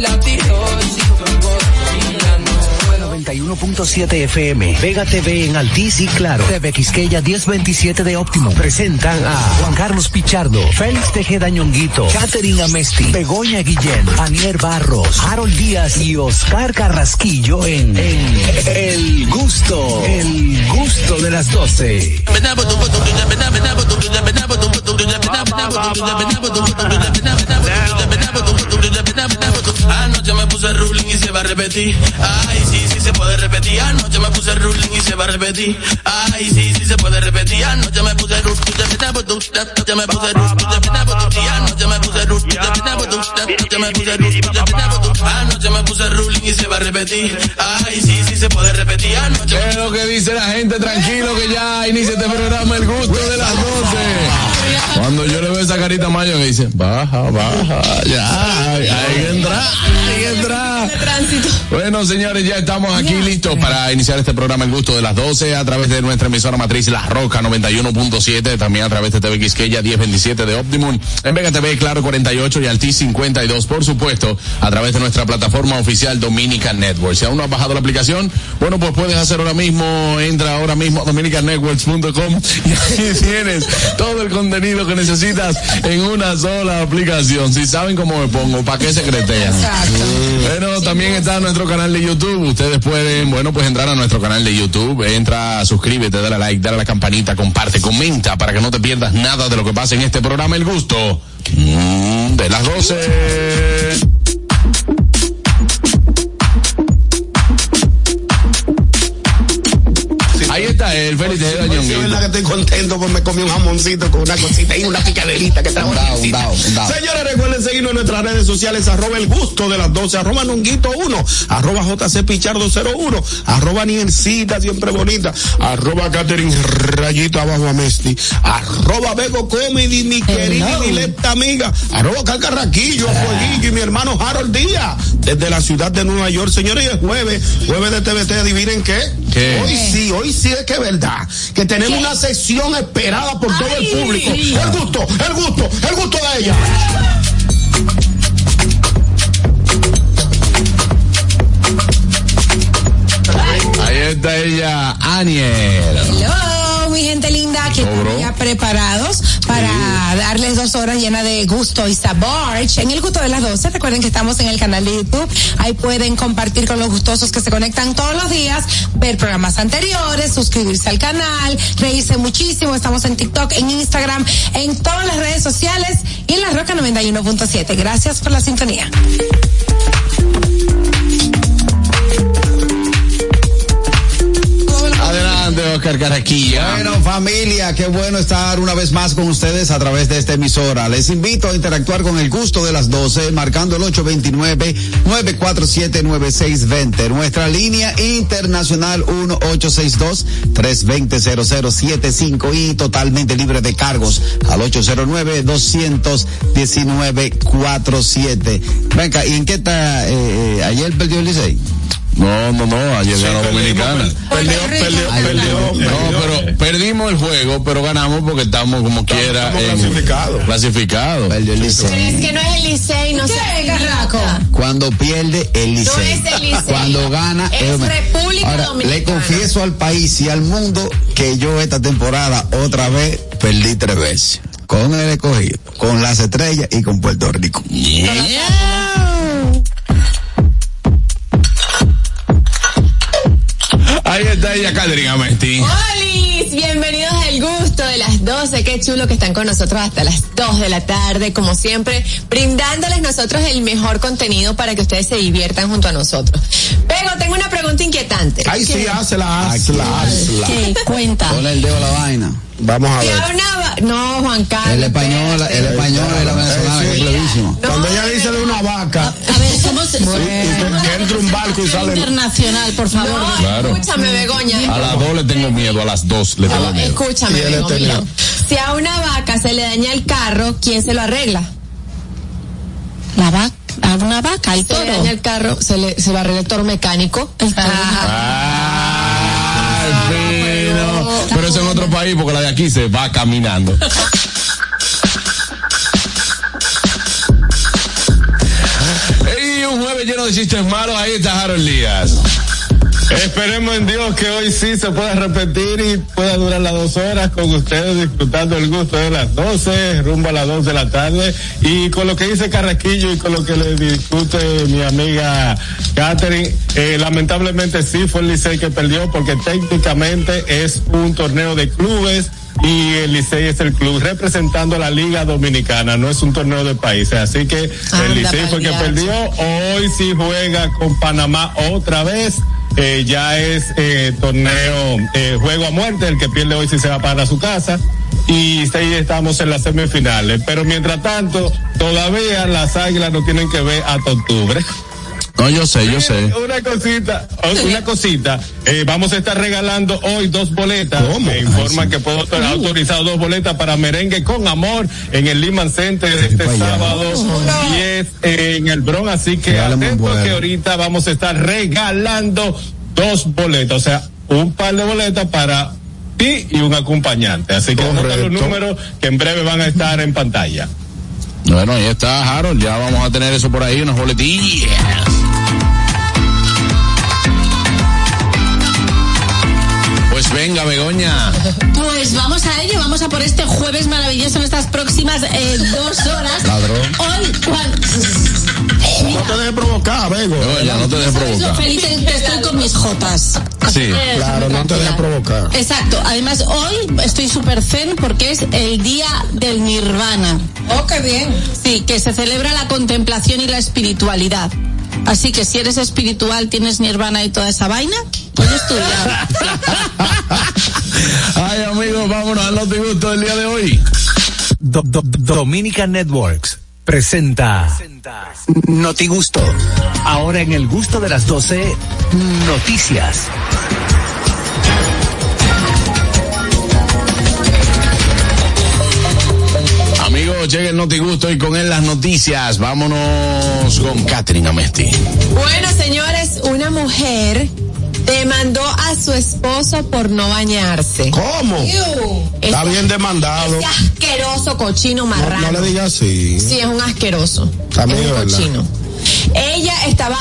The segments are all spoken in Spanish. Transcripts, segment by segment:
la tirosis, 91.7 FM, Vega TV en Altiz y Claro, TV Quisqueya 1027 de Óptimo. Presentan a Juan Carlos Pichardo, Félix Tejeda Ñonguito, Catherine Amesti, Begoña Guillén, Anier Barros, Harold Díaz y Oscar Carrasquillo en El Gusto de las 12. Anoche me puse ruling y se va a repetir. Ay, sí, se puede repetir. Anoche me puse ruling y se va a repetir. Ay, sí, se puede repetir. Anoche me puse ruling. Anoche me puse ruling. Anoche me puse ruling. Anoche me puse ruling y se va a repetir. Ay, sí, se puede repetir. Anoche. Es lo que dice la gente, tranquilo que ya inicia este programa El Gusto de las 12. Cuando yo le veo esa carita Mayo que dice, baja, ya, hay que entrar. Bueno, señores, ya estamos aquí listos para iniciar este programa El Gusto de las 12 a través de nuestra emisora matriz La Roca 91.7, también a través de TV Quisqueya 1027 de Optimum, en Vega TV Claro 48 y Altiz 52, por supuesto, a través de nuestra plataforma oficial Dominican Network. Si aún no has bajado la aplicación, bueno, pues puedes hacer ahora mismo, entra ahora mismo a dominicannetworks.com y ahí tienes todo el contenido que necesitas en una sola aplicación. Si saben cómo me pongo, ¿para qué secretean? Bueno, también está nuestro canal de YouTube. Ustedes pueden, bueno, pues entrar a nuestro canal de YouTube. Entra, suscríbete, dale a like, dale a la campanita, comparte, comenta para que no te pierdas nada de lo que pasa en este programa El Gusto de las 12. Ahí está el Félix Tejeda Ñonguito. Es verdad que estoy contento porque me comí un jamoncito con una cosita y una picaderita que está bonita. Señores, recuerden seguirnos en nuestras redes sociales, @El Gusto de las 12, @Nonguito1, @JCPichardo01, @Niercita siempre bonita, @Catherine Rayito abajo Amesti, @Bego Comedy, mi querida y directa amiga, @Calcarraquillo, Fueguillo y mi hermano Harold Díaz, desde la ciudad de Nueva York. Señores, y es jueves de TVT, adivinen qué. Hoy sí es que es verdad, que tenemos una sección esperada por todo el público. El gusto de ella. Ahí está ella, Anier. Hello, mi gente linda, que estamos ya preparados para darles 2 horas llenas de gusto y sabor en El Gusto de las 12. Recuerden que estamos en el canal de YouTube, ahí pueden compartir con los gustosos que se conectan todos los días, ver programas anteriores, suscribirse al canal, reírse muchísimo. Estamos en TikTok, en Instagram, en todas las redes sociales y en La Roca 91.7. Gracias por la sintonía. Oscar Carraquilla. Bueno, familia, qué bueno estar una vez más con ustedes a través de esta emisora. Les invito a interactuar con El Gusto de las 12, marcando el 829-947-9620. Nuestra línea internacional 1862-320-0075 y totalmente libre de cargos al 809-219-47. Venga, ¿y en qué está? ¿Ayer perdió el Licey? No, ayer ganó Dominicana. Perdió. No, pero perdimos el juego, pero ganamos porque estamos como quiera clasificados. Perdió el Licey. Pero es que no es el Licey, no sé. ¿Qué, Garraco? Cuando pierde el Licey. No es el Licey. Cuando gana es República Ahora, Dominicana. le confieso al país y al mundo que yo esta temporada otra vez perdí 3 veces. Con el Escogido, con las Estrellas y con Puerto Rico. Ahí está ella, Catherine Amesti. ¡Holis! Bienvenidos al Gusto de las 12. Qué chulo que están con nosotros hasta las 2 de la tarde, como siempre, brindándoles nosotros el mejor contenido para que ustedes se diviertan junto a nosotros. Pero tengo una pregunta inquietante. Ay, sí, hazla. ¿Qué? Cuenta. Ponle el dedo a la vaina. Vamos a ver. No, Juan Carlos. El español y la venezolana, que es clavísimo. Cuando ella dice de una vaca. A ver, somos entra un barco y sale internacional, por favor. No, Claro. Escúchame, Begoña. A las 2 le tengo miedo, a las 2 le tengo miedo. Escúchame, Begoña. Si a una vaca se le daña el carro, ¿quién se lo arregla? La vaca, a una vaca, el Se le toro. daña el carro, se lo arregla el toro mecánico. El toro. Pero eso en otro país, porque la de aquí se va caminando. Y un jueves lleno de chistes malos. Ahí está Harold Díaz. Esperemos en Dios que hoy sí se pueda repetir y pueda durar las 2 horas con ustedes disfrutando el gusto de las 12, rumbo a las 2 de la tarde, y con lo que dice Carraquillo y con lo que le discute mi amiga Catherine, lamentablemente sí fue el Licey que perdió, porque técnicamente es un torneo de clubes y el Licey es el club representando a la Liga Dominicana, no es un torneo de países, así que el Licey fue el que perdió. Hoy sí juega con Panamá otra vez. Ya es torneo juego a muerte, el que pierde hoy sí se va para su casa, y ahí estamos en las semifinales, pero mientras tanto todavía las Águilas no tienen que ver hasta octubre. No, yo sé. Una cosita, vamos a estar regalando hoy 2 boletas. ¿Cómo? Me informan que puedo estar autorizado 2 boletas para Merengue con Amor en el Lehman Center este sábado 10 en el Bronx, así que atentos que ahorita vamos a estar regalando 2 boletas, o sea, un par de boletas para ti y un acompañante, así que anota los números que en breve van a estar en pantalla. Bueno, ahí está Harold, ya vamos a tener eso por ahí, unas boletillas. Pues venga, Begoña. Pues vamos a ello, vamos a por este jueves maravilloso en estas próximas 2 horas. Ladrón. Hoy, No te dejes provocar, Bego. Begoña, no te dejes ¿sabes lo provocar. feliz que estoy con mis jotas? Sí. Claro, no te dejes provocar. Exacto, además hoy estoy súper zen porque es el día del Nirvana. Oh, qué bien. Sí, que se celebra la contemplación y la espiritualidad. Así que si eres espiritual, tienes Nirvana y toda esa vaina, pues estudiar. Ay, amigos, vámonos al Noti Gusto del día de hoy. Dominica Networks presenta Noti Gusto. Ahora en el gusto de las 12, noticias. Amigos, llega el Noti Gusto y con él las noticias. Vámonos con Catherine Amesti. Bueno, señores, una mujer demandó a su esposo por no bañarse. ¿Cómo? Está bien demandado. Ese asqueroso cochino marrano. No le digas así. Sí, es un asqueroso. También es un es verdad. cochino. Ella estaba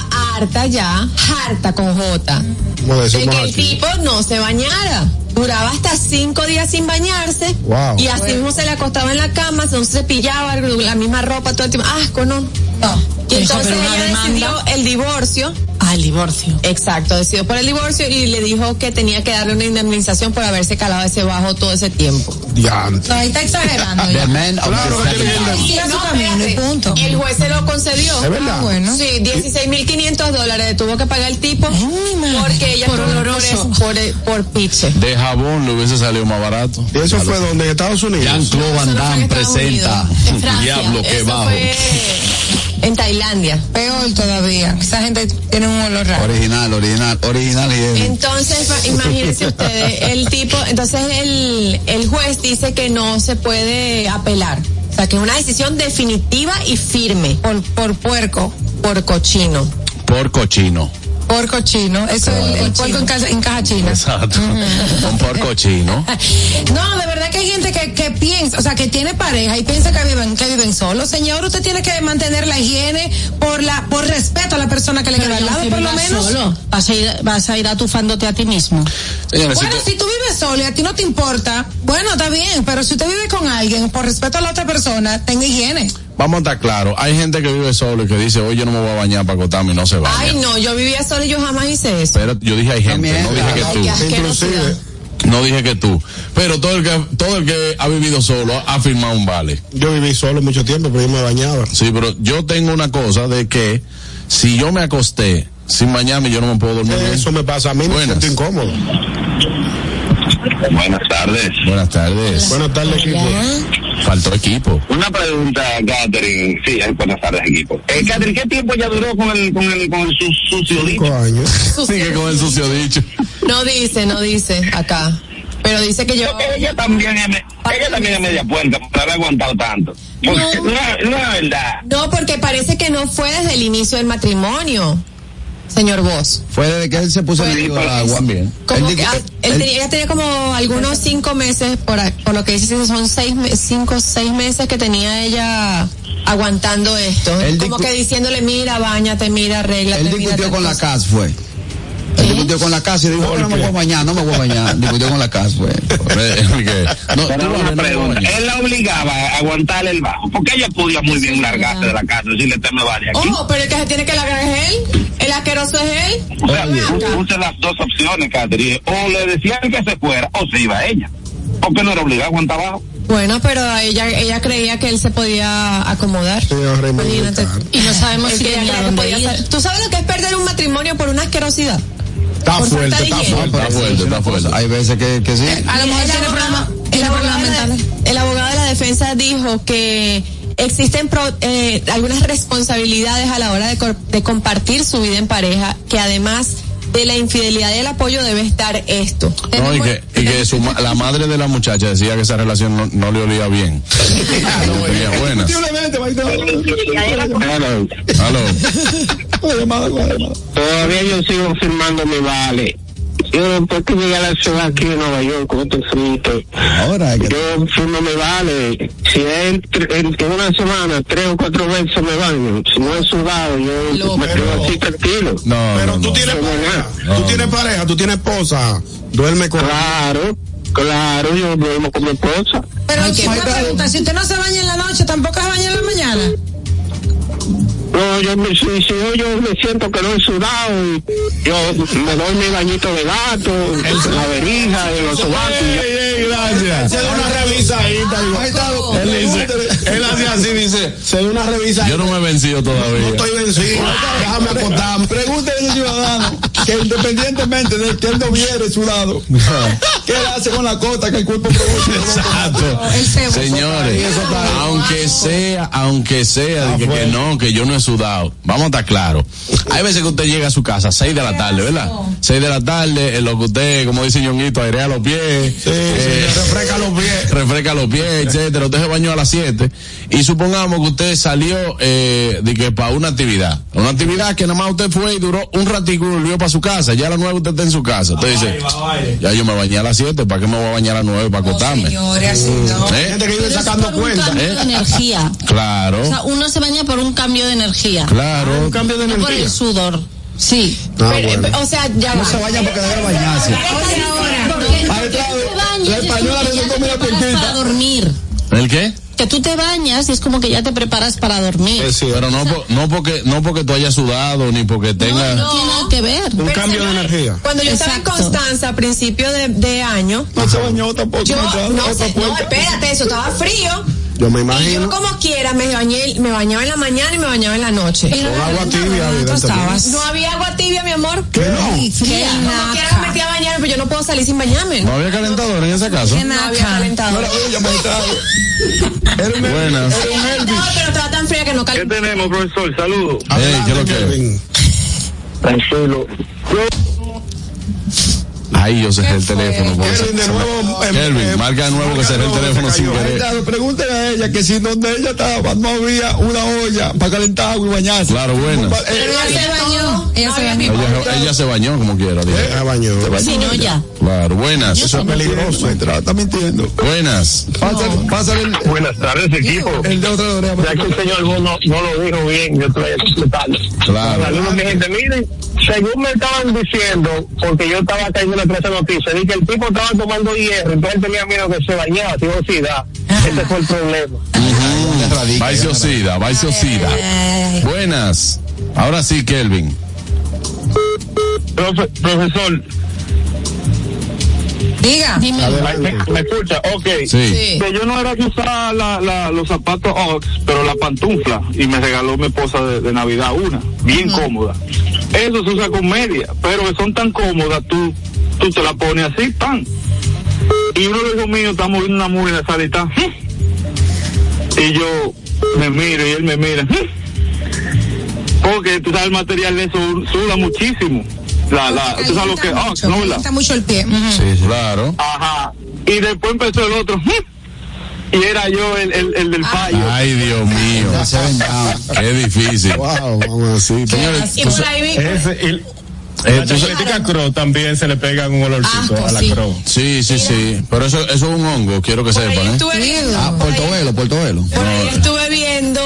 harta con J, Como de decimos que el aquí. tipo no se bañara. Duraba hasta 5 días sin bañarse. Wow. Y así mismo se le acostaba en la cama, se cepillaba la misma ropa todo el tiempo. Asco, ¿no? Y entonces pero una ella demanda. decidió el divorcio. Ah, el divorcio. Exacto, decidió por el divorcio y le dijo que tenía que darle una indemnización por haberse calado ese bajo todo ese tiempo. Diante. No, ahí está exagerando. The man of Claro the que tiene second que- house. Siga su camino y punto. El juez se lo concedió. ¿Es verdad? Ah, bueno. Sí, $16,500 tuvo que pagar el tipo porque ella Por estuvo oloroso. por piche. De jabón le hubiese salido más barato. ¿Y eso fue donde? ¿En Estados Unidos? Jean-Claude Van Eso no fue en Damme Estados presenta. Unidos, en Francia. Diablo, qué Eso bajo. fue en Tailandia. Peor todavía. Esa gente tiene un olor raro. Original y él. Entonces, imagínense ustedes, el tipo, entonces el juez dice que no se puede apelar. O sea, que es una decisión definitiva y firme. Por puerco. Por cochino. Por cochino. Porco chino. Eso es el puerco en caja china. Exacto. Un por cochino. No, de verdad que hay gente que piensa, o sea, que tiene pareja y piensa que viven solos. Señor, usted tiene que mantener la higiene por respeto a la persona que le queda al lado, por lo menos. Solo. Vas a ir atufándote a ti mismo. Señores, Bueno, si tú vives solo y a ti no te importa, bueno, está bien, pero si usted vive con alguien, por respeto a la otra persona, tenga higiene. vamos a estar claros. Hay gente que vive solo y que dice, oye, yo no me voy a bañar para acostarme y no se baña. Ay, no, yo vivía sola y yo jamás hice eso. Pero yo dije hay gente, También, no dije que Ay, qué tú. asquerosidad. Inclusive, No dije que tú. Pero todo el que ha vivido solo ha firmado un vale. yo viví solo mucho tiempo, pero yo me bañaba. Sí, pero yo tengo una cosa de que si yo me acosté sin bañarme, yo no me puedo dormir bien. Eso me pasa a mí, me Buenas. siento incómodo. Buenas tardes. Buenas tardes. Buenas tardes, equipo. Faltó equipo. Una pregunta, Catherine. Sí, buenas tardes, equipo. Catherine, ¿qué tiempo ya duró con el sucio dicho? 5 años. Sigue con el sucio dicho. No dice acá. Pero dice que yo... Ella también es media puerta por haber aguantado tanto. Porque no es verdad. No, porque parece que no fue desde el inicio del matrimonio, señor Vos. Fue desde que él se puso en el agua. También. Como Él que, dijo- ella tenía como algunos 5 meses, por lo que dice, son 5 o 6 meses que tenía ella aguantando esto. Como que diciéndole, mira, báñate, mira, arréglate. Él discutió con la casa, fue. Él discutió con la casa y dijo, no me voy a bañar. Discutió con la casa, fue. No, una pregunta. Él la obligaba a aguantarle el bajo, porque ella podía muy bien largarse de la casa, decirle, te me vale aquí. Pero el que se tiene que largar es él. El asqueroso es él. O sea, puse las dos opciones, Catherine. O le decían que se fuera, o se iba ella. Porque no era obligado a aguantar abajo. Bueno, pero ella creía que él se podía acomodar. Y no sabemos si ella podía hacer. ¿Tú sabes lo que es perder un matrimonio por una asquerosidad? Está fuerte. Hay veces que sí. A lo mejor tiene problemas mentales. El abogado de la defensa dijo que existen algunas responsabilidades a la hora de compartir su vida en pareja, que además de la infidelidad y el apoyo debe estar esto. No, y que la madre de la muchacha decía que esa relación no le olía bien. No olía buena. Todavía yo sigo firmando mi vale. Yo después que llegué a la ciudad aquí en Nueva York con este frito, yo firmo mi vale. Si en una semana 3 o 4 veces me baño, si no he sudado, yo me quedo así tranquilo. Pero tú tienes pareja, tú tienes pareja, tú tienes esposa, duerme con Claro, yo duermo con mi esposa. Pero una pregunta, si usted no se baña en la noche, ¿tampoco se baña en la mañana? No, yo me siento que no he sudado, y yo me doy mi bañito de gato, la verija, en los sobacos. Gracias. Se da una revisadita. Él hace así, dice, se da una revisadita. Yo no me he vencido todavía. No estoy vencido. Déjame acotar. Pregúntale a ese ciudadano que independientemente de que él no viere sudado, ¿qué él hace con la cota que el cuerpo produce? Exacto. Señores, aunque sea de que yo no he sudado, vamos a estar claros. Hay veces que usted llega a su casa a 6 de la tarde, ¿verdad? 6 de la tarde, en lo que usted, como dice Ñonguito, airea los pies, refresca los pies, etcétera. Usted se bañó a las 7 y supongamos que usted salió de que para una actividad que nada más usted fue y duró un ratico y volvió para su casa. Ya a las 9 usted está en su casa. Usted dice, ya yo me bañé a las 7, ¿para qué me voy a bañar a las 9 para acostarme? Señores, gente que vive sacando cuenta. Un cambio de energía. Claro. O sea, uno se baña por un cambio de energía. Claro. Un cambio de energía. Por el sudor. Sí. Bueno. O sea, ya no se baña porque debe bañarse. La española no se come la puntita. Para dormir. ¿El qué? Que tú te bañas y es como que ya te preparas para dormir. Pero no porque tú hayas sudado ni porque tengas... No tiene nada que ver. Un cambio de energía. Cuando yo estaba en Constanza a principio de año. No se bañó tampoco. No, espérate, eso estaba frío. Yo me imagino. Y yo como quiera me bañaba en la mañana y me bañaba en la noche. Con agua tibia, evidentemente. No había agua tibia, mi amor. ¿Qué no? Como quiera me metí a bañarme, pero yo no puedo salir sin bañarme. ¿No había calentador en esa casa? No había calentador. Buenas. Pero estaba tan fría que no ¿Qué tenemos, profesor? Saludos. ¿Qué es lo que es? Tranquilo. Ay, yo cerré el teléfono. Kelvin, de nuevo. Kelvin, marca de nuevo que cerré el teléfono sin querer. Pregúntale a ella que si donde ella estaba no había una olla para calentar agua y bañarse. Claro, bueno. Ella se bañó como quiera. Ella bañó. Si no, ya. Claro, buenas. Eso es peligroso. Está mintiendo. Buenas. Pásale el... Buenas tardes, equipo. El de otra hora. Ya que el señor no lo dijo bien, yo estoy completando. Claro. Saludos, mi gente. Miren, según me estaban diciendo, porque yo estaba cayendo en la clase de noticias, di que el tipo estaba tomando hierro, entonces él tenía miedo que se bañara, tiene oxidad. Ese fue el problema. Vaiciosidad. Buenas. Ahora sí, Kelvin. Profesor. Diga. ¿Me escucha? Ok. Sí. Que yo no era que usaba los zapatos Ox, pero la pantufla, y me regaló mi esposa de Navidad una, bien cómoda. Eso se usa con media, pero que son tan cómodas, tú te la pones así, pan. Y uno de los hijos míos está moviendo una mula en la sala y está, y yo me miro y él me mira, porque tú sabes, el material de eso suda muchísimo. Tú sabes lo que es, ¿no? Está mucho el pie. Sí, claro. Ajá. Y después empezó el otro, y era yo el del fallo. Ay, Dios mío. Qué difícil. Wow, vamos así. Señores, Y por ahí vi. La chocolatica Crow también se le pega un olorcito a la Crow. Sí. Pero eso es un hongo, quiero que sepan, Portobelo. Portobelo. Por ahí estuve viendo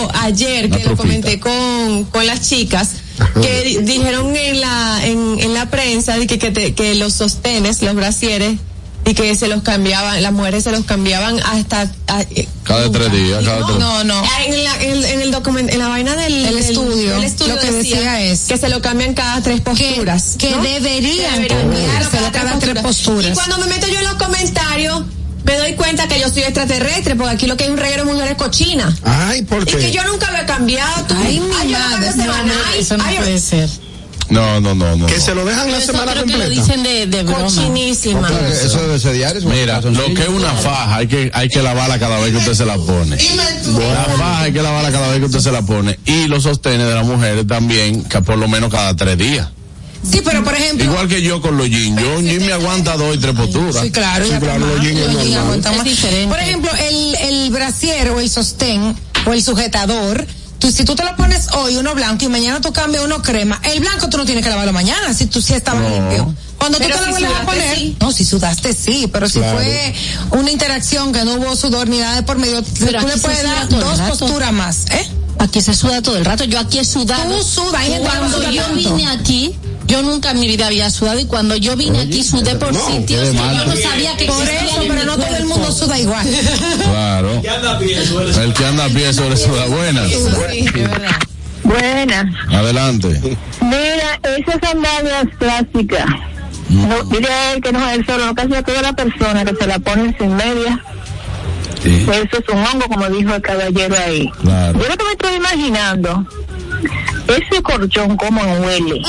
ayer que lo comenté con las chicas, que dijeron en la prensa de que los sostenes, los brasieres, y que se los cambiaban, las mujeres se los cambiaban hasta cada 3 días, No. En el documento, en la vaina del estudio lo que decía es que se lo cambian cada 3 posturas, que ¿no? deberían cambiárselo cada 3 posturas. Y cuando me meto yo en los comentarios, me doy cuenta que yo soy extraterrestre, porque aquí lo que hay un reguero de mujeres cochinas. Ay, ¿por qué? Y que yo nunca lo he cambiado. Ay, mi madre, eso no puede ser. No. Que se lo dejan la semana creo completa. Que lo dicen de broma. Cochinísima. Eso debe ser diario. Mira, lo que es una faja, hay que lavarla cada vez que usted se la pone. La faja hay que lavarla cada vez que usted se la pone. Y los sostenes de las mujeres también, que por lo menos cada 3 días. Sí, pero por ejemplo. Igual que yo con los jeans. Un jean me aguanta 2 y 3 posturas. Sí, claro, los jeans es normal. Es diferente. Por ejemplo, el brasier o el sostén o el sujetador. Si tú te lo pones hoy uno blanco y mañana tú cambias uno crema, el blanco tú no tienes que lavarlo mañana si tú sí estabas limpio. Cuando pero tú te lo si vuelves a poner, sí. no, si sudaste sí, pero si fue una interacción que no hubo sudor ni nada de por medio, Pero tú le puedes dar 2 posturas más, Aquí se suda todo el rato. Yo aquí he sudado. Tú sudas. Cuando yo vine aquí, yo nunca en mi vida había sudado, y cuando yo vine aquí sudé por sitios que yo no sabía que por eso, pero no todo el mundo suda igual. Claro. El que anda a pie suele sudar. Buenas. Sí, es verdad. Buenas. Adelante. Mira, esas sandalias plásticas. No, dile a él que no es el solo, casi a toda la persona que se la ponen sin media. Sí. Eso es un hongo, como dijo el caballero ahí. Claro. Yo lo que me estoy imaginando, ese colchón cómo huele.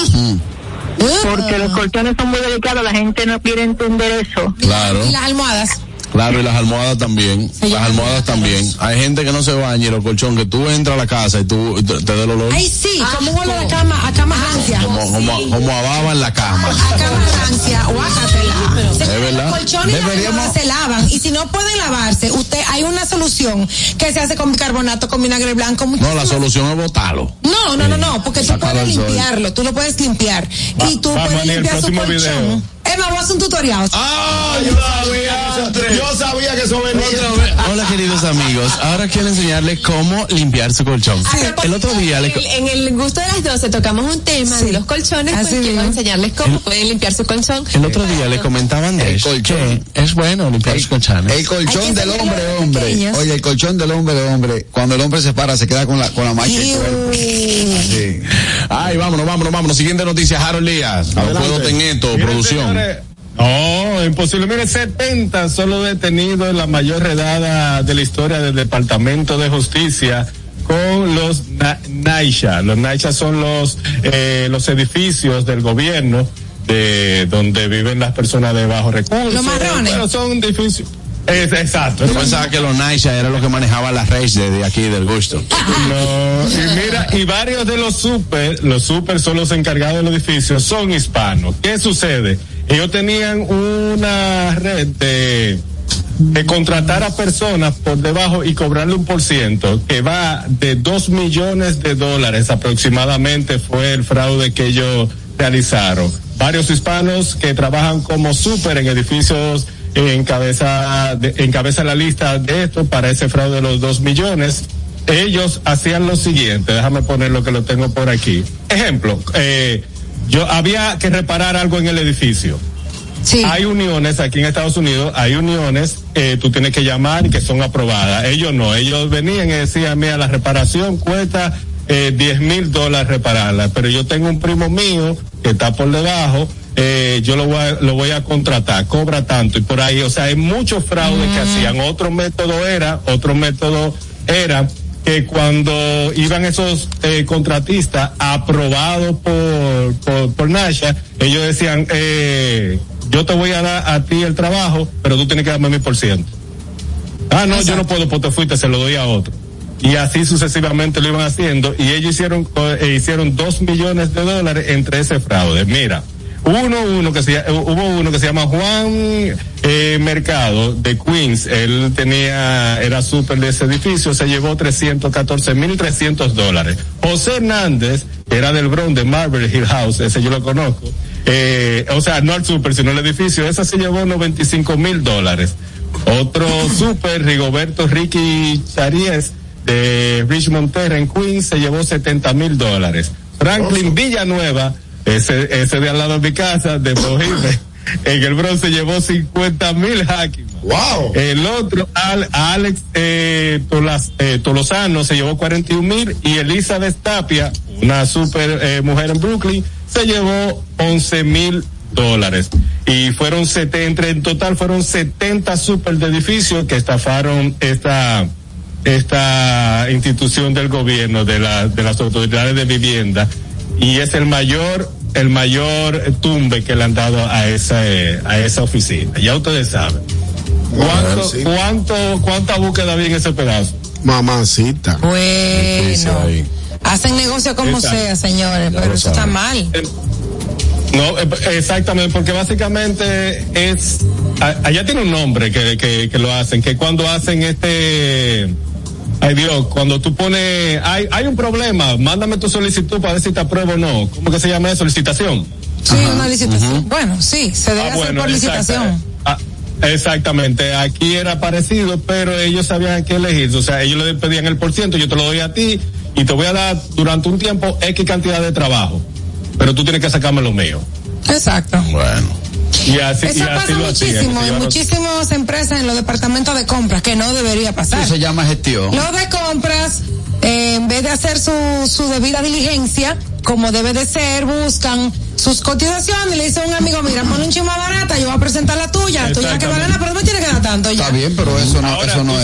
Porque los colchones son muy delicados, la gente no quiere entender eso. Claro. Y las almohadas. Claro, y las almohadas también. Las almohadas también. Hay gente que no se baña y los colchones, que tú entras a la casa y tú te da el olor. Ay, sí, como un olor a cama rancia. Como a baba en la cama. A cama rancia, guácatela. Es verdad. Los colchones y las almohadas se lavan. Y si no pueden lavarse, hay una solución que se hace con bicarbonato, con vinagre blanco. No, la solución es botarlo. No, porque tú puedes limpiarlo, tú lo puedes limpiar. Y tú puedes limpiar su colchón. Vamos a hacer un tutorial. Yo sabía que eso venía. Hola, queridos amigos. Ahora quiero enseñarles cómo limpiar su colchón. El otro día en el gusto de las 12 tocamos un tema de los colchones, pues quiero enseñarles cómo pueden limpiar su colchón. El otro día le comentaban de eso, que es bueno limpiar sus colchones. El colchón del hombre. Oye, el colchón del hombre, cuando el hombre se para, se queda con la mancha del cuerpo. Sí. Ay, vámonos. Siguiente noticia, Harold Díaz. No puedo tener esto, producción. No, imposible. Mire, 70 son los detenidos en la mayor redada de la historia del Departamento de Justicia con los NYCHA. Los NYCHA son los edificios del gobierno de donde viven las personas de bajos recursos. Los marrones. Pero son edificios. Exacto. Yo pensaba que los NYCHA era lo que manejaba las redes de aquí del gusto. No, y mira, y varios de los super son los encargados del edificio, son hispanos. ¿Qué sucede? Ellos tenían una red de contratar a personas por debajo y cobrarle un % que va de $2 millones aproximadamente, fue el fraude que ellos realizaron. Varios hispanos que trabajan como super en edificios encabeza la lista de esto para ese fraude de los 2 millones. Ellos hacían lo siguiente, déjame poner lo que lo tengo por aquí. Ejemplo, yo había que reparar algo en el edificio. Sí. Hay uniones aquí en Estados Unidos, tú tienes que llamar y que son aprobadas. Ellos no, ellos venían y decían, mira, la reparación cuesta $10,000 repararla, pero yo tengo un primo mío que está por debajo, yo lo voy a contratar, cobra tanto, y por ahí, o sea, hay muchos fraudes que hacían. Otro método era que cuando iban esos contratistas aprobados por NYCHA, ellos decían, yo te voy a dar a ti el trabajo, pero tú tienes que darme mi %. Ah, no, yo no puedo, pues te fuiste, se lo doy a otro. Y así sucesivamente lo iban haciendo, y ellos hicieron $2 millones entre ese fraude. Mira, hubo uno que se llama Juan Mercado de Queens. Él era súper de ese edificio, se llevó $314,300. José Hernández, que era del Bronx, de Marble Hill House, ese yo lo conozco, o sea, no al súper, sino el edificio, ese se llevó $95,000. Otro súper, Rigoberto Ricky Charies, de Richmond Terre en Queens se llevó $70,000. Franklin Villanueva, ese de al lado de mi casa, de Bohime, en el Bronx se llevó $50,000 Jáquimas. Wow. El otro, Alex Tolosano, se llevó $41,000 y Elizabeth Tapia, una super mujer en Brooklyn, se llevó $11,000. Y fueron en total fueron 70 super de edificios que estafaron esta institución del gobierno, de las autoridades de vivienda, y es el mayor tumbe que le han dado a esa oficina. Ya ustedes saben. ¿Cuánta búsqueda había en ese pedazo? Mamacita. Bueno, hacen negocio como sea, señores, pero eso está mal. No, exactamente, porque básicamente allá tiene un nombre que lo hacen, que cuando hacen ay Dios, cuando tú pones, hay un problema, mándame tu solicitud para ver si te apruebo o no. ¿Cómo que se llama eso? ¿Licitación? Sí, una licitación. Bueno, sí, se debe hacer por licitación. Exactamente, aquí era parecido, pero ellos sabían qué elegir, o sea, ellos le pedían el %, yo te lo doy a ti y te voy a dar durante un tiempo X cantidad de trabajo, pero tú tienes que sacarme lo mío. Exacto. Bueno. Eso pasa muchísimo en muchísimas empresas, en los departamentos de compras, que no debería pasar. Eso se llama gestión. Los de compras, en vez de hacer su debida diligencia, como debe de ser, buscan sus cotizaciones y le dice a un amigo, mira, pon un chima barata, yo voy a presentar la tuya que va a ganar, pero no me tiene que dar tanto ya. Está bien, pero eso no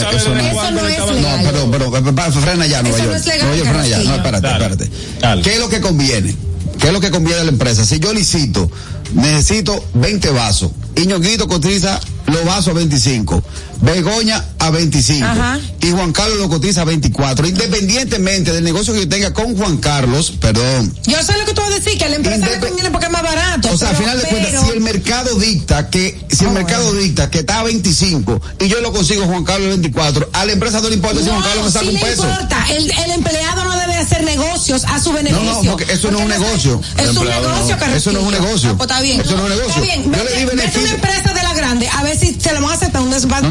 es legal. No, pero frena ya, Nueva York. No es legal. Oye, frena ya. No, espérate. Dale. ¿Qué es lo que conviene? ¿Qué es lo que conviene a la empresa? Si yo licito, necesito 20 vasos, y Ñonguito cotiza los vasos a 25, Begoña a 25, ajá, y Juan Carlos lo cotiza a 24, independientemente del negocio que yo tenga con Juan Carlos, perdón. Yo sé lo que tú vas a decir, que a la empresa le conviene porque es más barato. O sea, al final de cuentas, si el mercado dicta que está a 25 y yo lo consigo Juan Carlos a 24, a la empresa no le importa si Juan Carlos me saca un peso. No importa, el empleado no debe hacer negocios a su beneficio. No, porque eso no es un negocio. Es un negocio, Carlos. Eso no es un negocio. Pues está bien. Eso no es un negocio. Está bien. Yo le di beneficio. Vete a una empresa de la grande, a ver si se lo van a aceptar un despacho.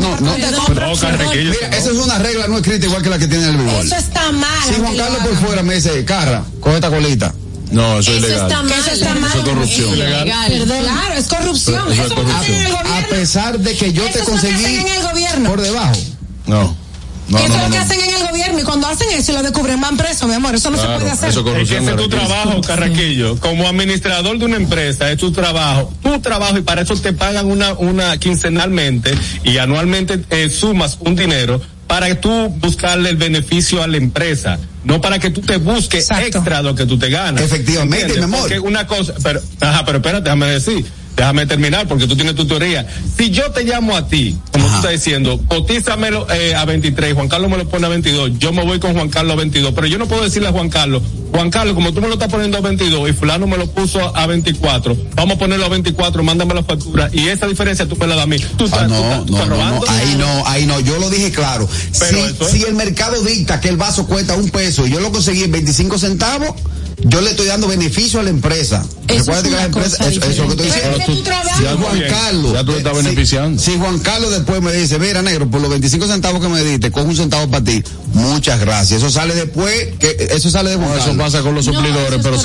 Mira, esa es una regla no escrita igual que la que tiene el béisbol. Eso está mal. Si Juan Carlos por fuera me dice, Carra, coge esta colita. No, eso es ilegal. Eso está mal. Eso es corrupción. Es ilegal. Perdón. Claro, es corrupción. Eso es corrupción. A pesar de que yo te conseguí en el gobierno. Por debajo. No. Eso es lo que hacen en el gobierno, y cuando hacen eso y lo descubren van presos, mi amor, eso no se puede hacer. Eso es que ese es tu trabajo, Carraquillo. Como administrador de una empresa, es tu trabajo, y para eso te pagan una quincenalmente y anualmente sumas un dinero para tú buscarle el beneficio a la empresa, no para que tú te busques extra lo que tú te ganas. Efectivamente, mi amor. Porque una cosa, pero espérate, déjame terminar, porque tú tienes tu teoría. Si yo te llamo a ti, como tú estás diciendo, cotízamelo a 23, Juan Carlos me lo pone a 22, yo me voy con Juan Carlos a 22, pero yo no puedo decirle a Juan Carlos, como tú me lo estás poniendo a 22 y fulano me lo puso a 24, vamos a ponerlo a 24, mándame la factura, y esa diferencia tú me la das a mí. ¿Tú estás robando? Ahí no, yo lo dije claro. Si el mercado dicta que el vaso cuesta $1 y yo lo conseguí en 25 centavos, yo le estoy dando beneficio a la empresa. Recuerda que la empresa, eso es lo que estoy diciendo. Si Juan Carlos, ya tú le estás beneficiando. Si Juan Carlos después me dice, mira, negro, por los 25 centavos que me diste, cojo un centavo para ti, muchas gracias. Eso sale después, eso sale de Juan Carlos. Eso pasa con los suplidores, pero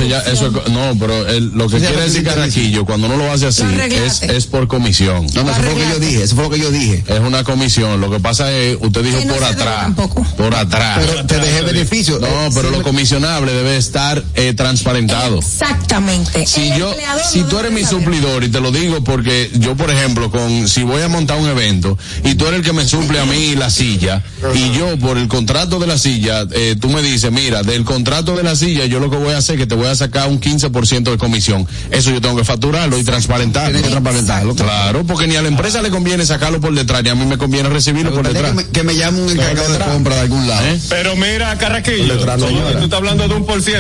lo que quiere decir Carraquillo, cuando no lo hace así, es por comisión. No, eso fue lo que yo dije. Es una comisión. Lo que pasa es, usted dijo por atrás. Pero te dejé beneficio. No, pero lo comisionable debe estar transparentado. Exactamente. Si tú eres mi suplidor, y te lo digo porque yo, por ejemplo, si voy a montar un evento y tú eres el que me suple a mí la silla, y yo por el contrato de la silla, tú me dices, mira, del contrato de la silla yo lo que voy a hacer es que te voy a sacar un 15% de comisión. Eso yo tengo que facturarlo y transparentarlo. Tienes que transparentarlo. Claro, porque ni a la empresa le conviene sacarlo por detrás, ni a mí me conviene recibirlo por detrás. Que me llame un encargado de compra de algún lado. Pero mira, Carraquillo, tú estás hablando de 1%. Tú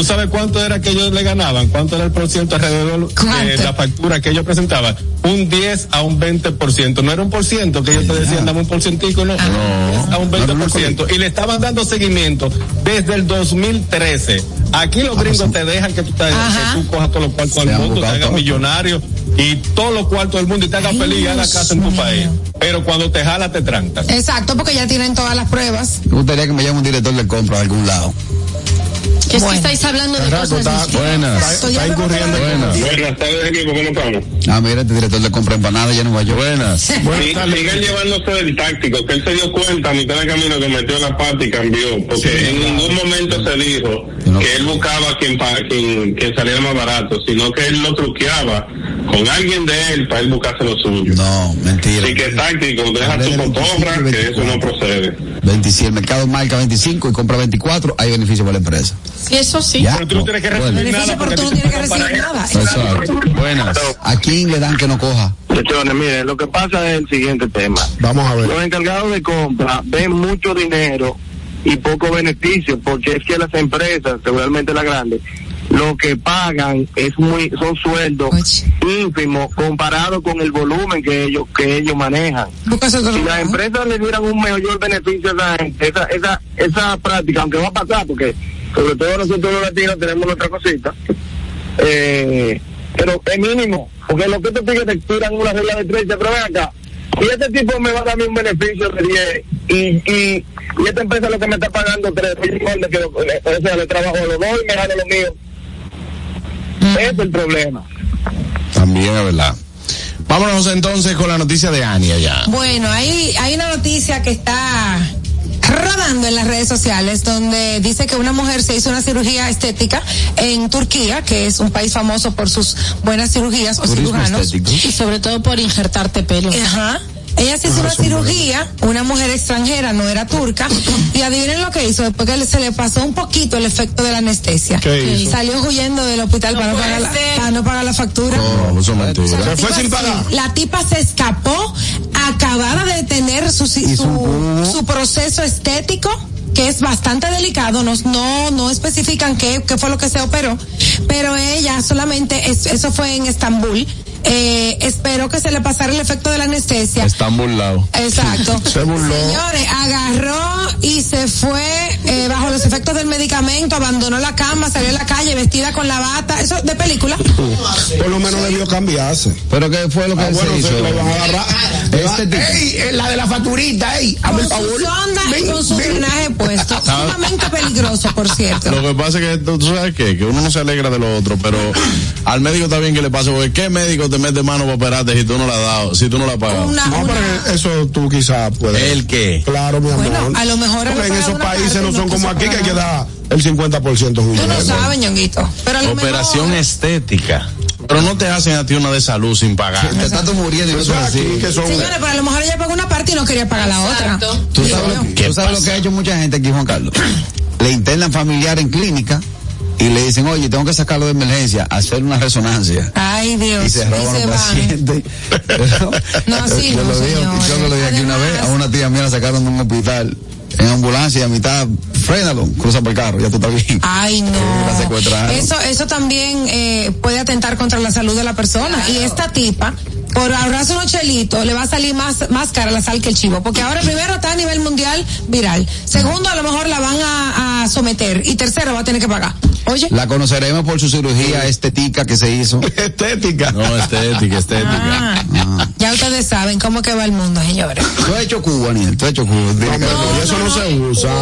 sabes cuánto era que ellos le ganaban? ¿Cuánto era el porciento alrededor de la factura que ellos presentaban? Un 10 a un 20%. No era un por ciento que ellos te decían, dame un porcientico, no. A un 20%. Y le estaban dando seguimiento desde el 2013. Aquí los gringos te dejan que tú cojas todos los cuartos del mundo, te hagas millonario y todos los cuartos del mundo y te hagas feliz y hagas casa en tu país. Pero cuando te jala, te trancan. Exacto, porque ya tienen todas las pruebas. Me gustaría que me llame un director de compra de algún lado. Que es que estáis hablando de cosas distintas. Buenas. Está incurriendo. Buenas tardes, equipo, ¿cómo estamos? Mira, este director de compra empanada ya no va yo. Buenas. Sigan llevándose del táctico, que él se dio cuenta a mitad de camino que metió la pata y cambió, porque en ningún momento se dijo que él buscaba quien saliera más barato, sino que él lo truqueaba con alguien de él para él buscarse lo suyo. No, mentira. Así que táctico, deja tu cotorra, que eso no procede. 25, el mercado marca 25 y compra 24, hay beneficio para la empresa. Sí, eso sí. Ya. Pero tú no tienes que recibir nada. Pero tú no tienes que recibir nada. Exacto. Buenas. ¿A quién le dan que no coja? Señores, miren, lo que pasa es el siguiente tema. Vamos a ver. Los encargados de compra ven mucho dinero y poco beneficio, porque es que las empresas, seguramente las grandes, lo que pagan son sueldos ínfimos comparado con el volumen que ellos manejan. Si las empresas le dieran un mayor beneficio a la gente, esa práctica, aunque va a pasar, porque sobre todo nosotros los latinos tenemos nuestra cosita, pero es mínimo, porque lo que estos tigres te tiran una regla de 13, pero ven acá, y este tipo me va a dar un beneficio de 10 y esta empresa lo que me está pagando 3, o sea, le trabajo a los dos y me gano lo mío. Ese es el problema. También es verdad. Vámonos entonces con la noticia de Ania ya. Bueno, hay una noticia que está rodando en las redes sociales donde dice que una mujer se hizo una cirugía estética en Turquía, que es un país famoso por sus buenas cirugías o cirujanos. Y sobre todo por injertarte pelo. Ajá. Ella se hizo una cirugía, una mujer extranjera, no era turca, y adivinen lo que hizo, después que se le pasó un poquito el efecto de la anestesia. ¿Qué hizo? Salió huyendo del hospital para no pagar la factura. No, eso es mentira. Se fue sin pagar. La tipa se escapó, acabada de tener su proceso estético, que es bastante delicado, no especifican qué fue lo que se operó, pero ella solamente, eso fue en Estambul, esperó que se le pasara el efecto de la anestesia. Están burlados. Exacto. Se burló. Señores, agarró y se fue bajo los efectos del medicamento, abandonó la cama, salió a la calle vestida con la bata, eso de película. Por lo menos debió cambiarse. ¿Pero qué fue lo que Bueno, se hizo? se lo van a agarrar. Ey, la de la facturita, Con su sonda y con su drenaje puesto. Sumamente peligroso, por cierto. Lo que pasa es que tú sabes qué, que uno no se alegra de lo otro, pero al médico está bien que le pase, porque ¿qué médico te mete mano para operarte si tú no la has dado, si tú no la has pagado? No, pero eso tú quizás puedes. ¿El qué? Claro, mi amor. Bueno, a lo mejor porque en esos países parte, no son como aquí, que hay que dar el 50% Tú justo. no sabes, Ñonguito. Pero a lo Operación mejor, estética. Pero no te hacen a ti una de salud sin pagar. Te estás tú muriendo y no Eso te es aquí, que son. señores, pero a lo mejor ella pagó una parte y no quería pagar la otra. ¿Tú sabes lo que ha hecho mucha gente aquí, Juan Carlos? Le internan familiar en clínica y le dicen, oye, tengo que sacarlo de emergencia, hacer una resonancia. Ay, Dios. Y se roban los pacientes. No, sí, yo no, lo dije aquí una vez, a una tía mía la sacaron de un hospital en ambulancia y a mitad, frénalo, cruza por el carro, ya tú estás bien. Ay, no. La secuestraron. Eso también puede atentar contra la salud de la persona. Y esta tipa, por ahorrarse unos chelitos, le va a salir más cara la sal que el chivo. Porque ahora, primero, está a nivel mundial viral. Segundo, a lo mejor la van a someter. Y tercero, va a tener que pagar. Oye. La conoceremos por su cirugía estética que se hizo. Estética. No, estética. Ya ustedes saben cómo que va el mundo, señores. Tú has hecho cubo, Aniel, tú has hecho cubo. No, eso no se usa.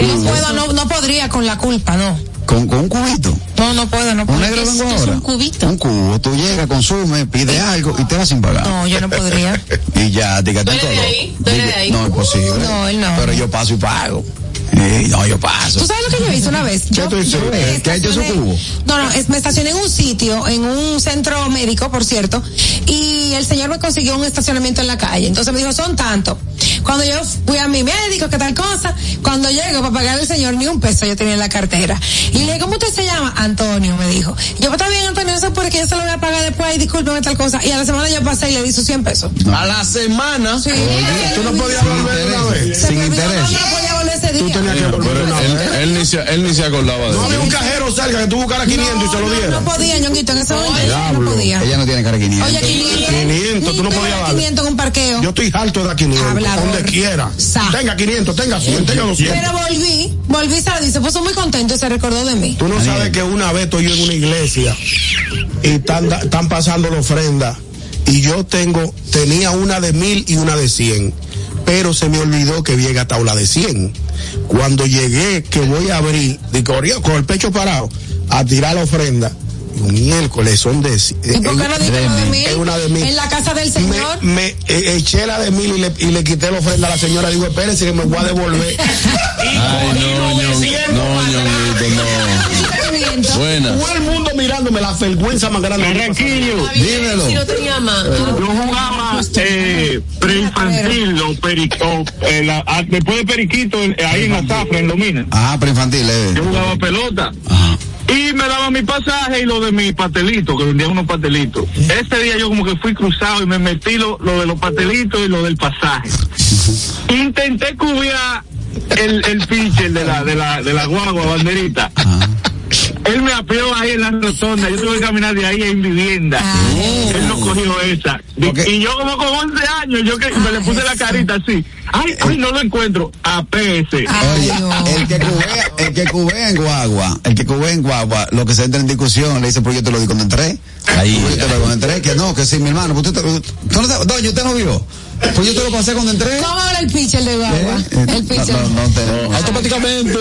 No podría con la culpa, no. ¿Con un cubito? No puedo. ¿Un negro vengo ahora? Un cubito. Un cubo, tú llegas, consumes, pides algo y te vas sin pagar. No, yo no podría. Y ya, dígate todo. ¿Tú eres de ahí? No, es posible. No, él no. Pero yo paso y pago. No, yo paso. ¿Tú sabes lo que yo hice una vez? ¿Qué ha hecho su cubo? No, me estacioné en un sitio, en un centro médico, por cierto, y el señor me consiguió un estacionamiento en la calle. Entonces me dijo, son tanto. Cuando yo fui a mi médico, que tal cosa, cuando llego para pagar al señor, ni un peso yo tenía en la cartera. Y le dije, ¿cómo usted se llama? Antonio, me dijo. Y yo, pues está bien, Antonio, eso es porque yo se lo voy a pagar después, y discúlpeme tal cosa. Y a la semana yo pasé y le di sus 100 pesos. ¿A la semana? Sí. Tú no podías volver una vez. Sin interés. No podía volver ese día. Tú tenía que volver una vez. Él ni se acordaba de No eso. había un cajero cerca que tú buscaras 500 y se lo diera. No podía, Ñonguito, en ese momento ella no podía. Ella no tiene cara de 500. Oye, 500. tú no podías dar. 500 en un parqueo. Yo estoy harto de dar 500. Hablador. Donde quiera. Tenga 500, tenga 100, tenga 200. Pero volví, se lo dice, puso muy contento y se recordó de mí. Tú no sabes que una vez estoy yo en una iglesia y están pasando la ofrenda y yo tenía una de 1000 y una de 100, pero se me olvidó que había gastado la de 100. Cuando llegué, que voy a abrir, con el pecho parado, a tirar la ofrenda, miércoles son de... ¿Y por qué no diste la de 1000? Es una de 1000. En la casa del Señor. Me eché la de 1000 y le quité la ofrenda a la señora. Digo, espérese que me voy a devolver. Ay, Ñonguito, no. Buena. Todo el mundo mirándome, la vergüenza más grande. Carraquillo, dímelo. Si no tenía más. Yo jugaba preinfantil después de periquito, ahí en la zafra, en Lomina. Preinfantil, Yo jugaba pelota. Y me daba mi pasaje y lo de mi pastelito, que vendía unos pastelitos. Ese día yo como que fui cruzado y me metí lo de los pastelitos y lo del pasaje. Intenté cubiar el pitcher de la guagua banderita. Él me apeó ahí en la rotonda, yo tuve que caminar de ahí en vivienda. Él no cogió esa. Y yo como con 11 años, me le puse la carita así. Ay, no lo encuentro. APS. Oye, el que cubea en guagua, lo que se entra en discusión, le dice, pues yo te lo di cuando entré. Ahí. Yo te lo di cuando entré, que no, que sí, mi hermano, pues doña, ¿usted no vio? Pues yo te lo pasé cuando entré. ¿Cómo era el pitcher de guagua? El pitcher. No. Automáticamente.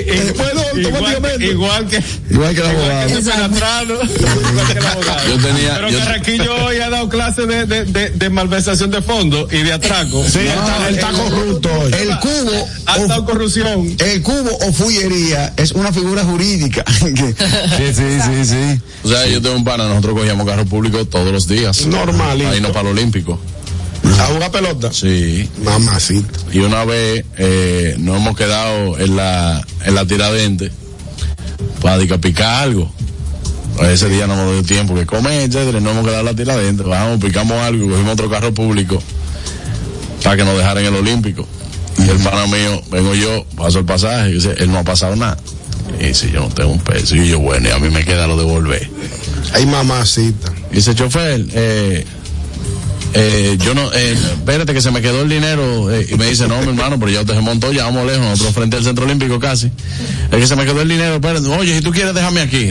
Igual que el abogado. Yo tenía. Pero Carraquillo hoy ha dado clases de malversación de fondos y de atraco. Sí, él está corrupto hoy. El cubo. Ha estado corrupción. El cubo o fullería es una figura jurídica. Sí. O sea, yo tengo un pana, nosotros cogíamos carro público todos los días. Normalito. Ahí no para el Olímpico. ¿A jugar pelota? Sí. Mamacita. Y una vez nos hemos quedado en la tiradente para picar algo. Ese día no nos dio tiempo que comer, etcétera, no hemos quedado en la tiradente. Bajamos, picamos algo y cogimos otro carro público para que nos dejaran el Olímpico. Y el pana mío, vengo yo, paso el pasaje, y dice, él no ha pasado nada. Y dice, yo no tengo un peso. Y yo, bueno, y a mí me queda lo devolver. Ay, mamacita. Y dice, chofer, yo no, espérate que se me quedó el dinero, y me dice, no, mi hermano, pero ya usted se montó, ya vamos lejos, nosotros frente al Centro Olímpico casi. Es que se me quedó el dinero, espérate, oye, si tú quieres déjame aquí.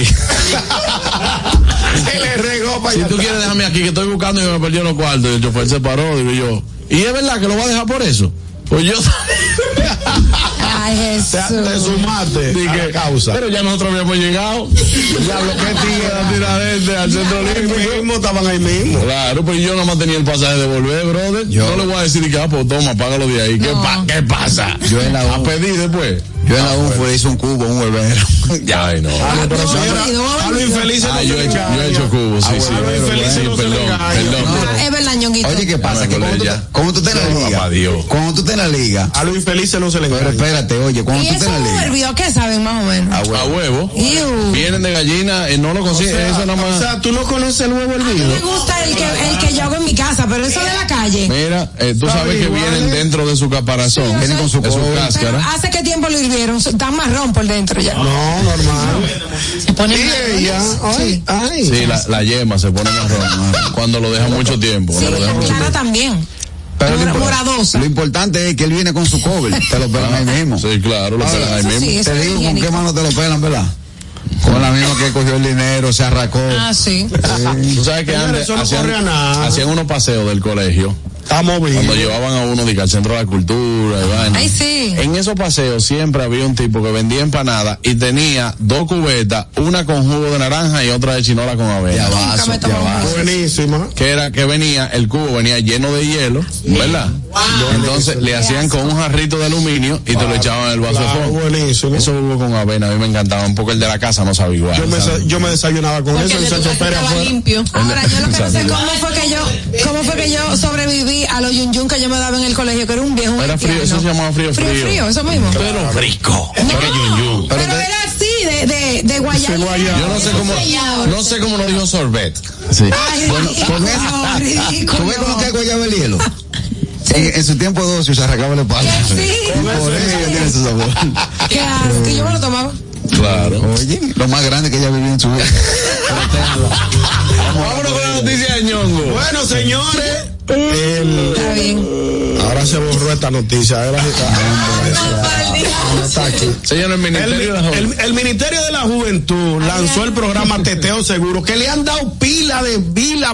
Si tú quieres déjame aquí, que estoy buscando y me perdió los cuartos. Y el chofer se paró, digo yo, ¿y es verdad que lo va a dejar por eso? Pues yo... Ay, Jesús. Te sumaste a la causa. Pero ya nosotros habíamos llegado. Ya lo que la tiradente al Centro Olímpico. Estaban ahí mismo. Claro, pues yo nada más tenía el pasaje de volver, brother. No le voy a decir que, pues toma, págalo de ahí. No. ¿Qué pasa? Yo en la a pedir después. Yo en la UFO hice un cubo, un volvero. Ay, no. A lo infeliz yo he hecho cubos, sí. Perdón. Es verdad, Ñonguito. Oye, ¿qué pasa? Que cuando tú estás en la liga, a los infelices no se les pero espérate, oye, cuando tú estás en la liga. ¿Y qué saben más o menos? A huevo. Vienen de gallina, no lo consiguen, eso nada más. O sea, tú no conoces el huevo A mí hervido. me gusta el que yo hago en mi casa, pero eso de la calle. Mira, tú sabes que vienen dentro de su caparazón, vienen con su cáscara. ¿Hace qué tiempo lo hirvieron? Está marrón por dentro ya. No, normal. Se pone Sí, la yema se pone marrón cuando lo dejan mucho tiempo. Sí, la clara también. Pero moradosa. Lo importante es que él viene con su cover. Te lo pelan ahí mismo. Sí, claro, lo pelan ahí mismo. Sí, te digo con qué mano te lo pelan, ¿verdad? Con la misma que cogió el dinero, se arracó. Sí. Tú sabes que antes hacían unos paseos del colegio. Estamos bien. Cuando llevaban a uno al Centro de la Cultura y vaina. Ay, sí. En esos paseos siempre había un tipo que vendía empanadas y tenía 2 cubetas, una con jugo de naranja y otra de chinola con avena. Buenísima. Que venía, el cubo venía lleno de hielo, ¿verdad? Entonces le hacían con un jarrito de aluminio y te lo echaban en el vaso de fondo. Buenísimo. Esos jugos con avena a mí me encantaban porque el de la casa no sabía igual. Yo me desayunaba con eso en Sancho Pérez afuera. Limpio. Ahora, yo lo que no sé cómo fue que yo sobreviví a los yun que yo me daba en el colegio, que era un viejo. Era frío, eso se llamaba frío. Frío, eso mismo. Pero rico. No, pero era así, de guayaba. Yo no sé cómo lo dijo sorbet. Sí. Ay, bueno, con ridículo. ¿tú ves cómo que guayaba el hielo? En su tiempo de ocio se arrancaba el palo. Sí. Por eso ella tiene ese sabor. Qué asco, que yo me lo tomaba. Claro. Oye, lo más grande que ella vivió en su vida. Vámonos con la noticia de Ñongo. Bueno, señores. Está bien. Ahora se borró esta noticia. Está aquí. Señor, el Ministerio de la Juventud lanzó el programa Teteo Seguro, que le han dado pila de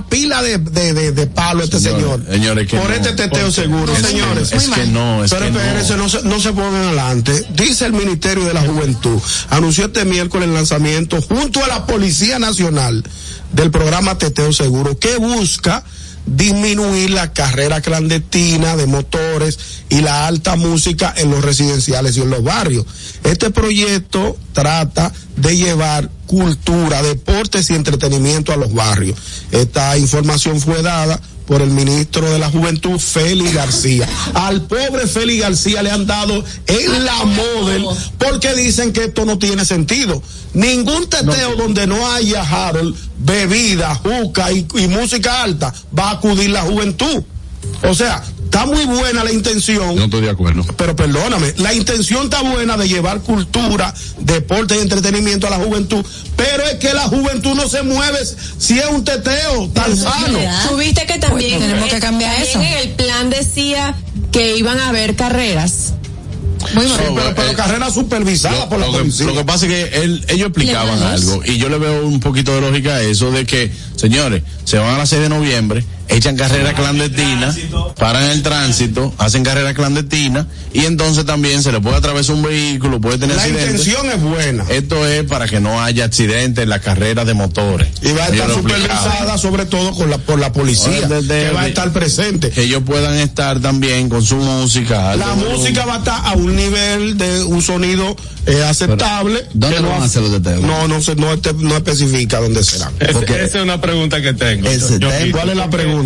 palo a este señor. Señores, por este teteo seguro, señores. Pero espérense, no se pongan adelante. Dice el Ministerio de la Juventud, anunció este miércoles el lanzamiento junto a la Policía Nacional del programa Teteo Seguro, que busca disminuir la carrera clandestina de motores y la alta música en los residenciales y en los barrios. Este proyecto trata de llevar cultura, deportes y entretenimiento a los barrios. Esta información fue dada por el ministro de la Juventud, Félix García. Al pobre Félix García le han dado en la model porque dicen que esto no tiene sentido. Ningún teteo donde no haya Harold, bebida, juca y música alta va a acudir la juventud. O sea, está muy buena la intención. No estoy de acuerdo. Pero perdóname, la intención está buena de llevar cultura, deporte y entretenimiento a la juventud, pero es que la juventud no se mueve si es un teteo tan sano. Tuviste que también tenemos que cambiar eso. En el plan decía que iban a haber carreras. Muy mal. Pero carrera supervisada por la policía. Lo que pasa es que ellos explicaban algo y yo le veo un poquito de lógica a eso de que, señores, se van a las 6 de noviembre, echan carrera clandestina, paran el tránsito, hacen carrera clandestina y entonces también se le puede atravesar un vehículo, puede tener accidentes. La intención es buena. Esto es para que no haya accidentes en la carrera de motores. Y va a estar supervisada sobre todo por la policía, que va a estar presente. Que ellos puedan estar también con su música. La música va a estar a un nivel de un sonido aceptable. ¿Dónde lo van a hacer los teteos? No especifica dónde será. Esa es una pregunta que tengo. ¿Cuál es la pregunta?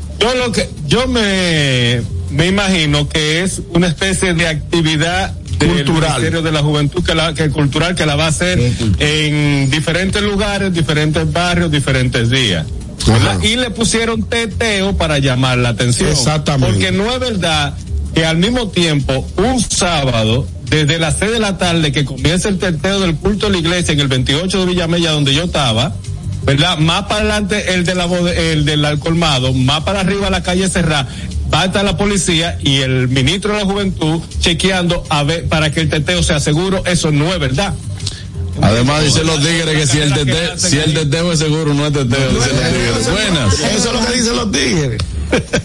Yo me imagino que es una especie de actividad cultural del Ministerio de la Juventud cultural que la va a hacer en diferentes lugares, diferentes barrios, diferentes días. Y le pusieron teteo para llamar la atención. Exactamente. Porque no es verdad que al mismo tiempo un sábado desde las 6 de la tarde que comienza el teteo del culto de la iglesia en el 28 de Villamella donde yo estaba, ¿verdad? Más para adelante el del colmado, más para arriba la calle Serrá, va a estar la policía y el ministro de la Juventud chequeando a ver para que el teteo sea seguro. Eso no es verdad. Además dicen los tigres que si el teteo es seguro, no es teteo, dicen los tigres. Buenas. Eso es lo que dicen los tigres.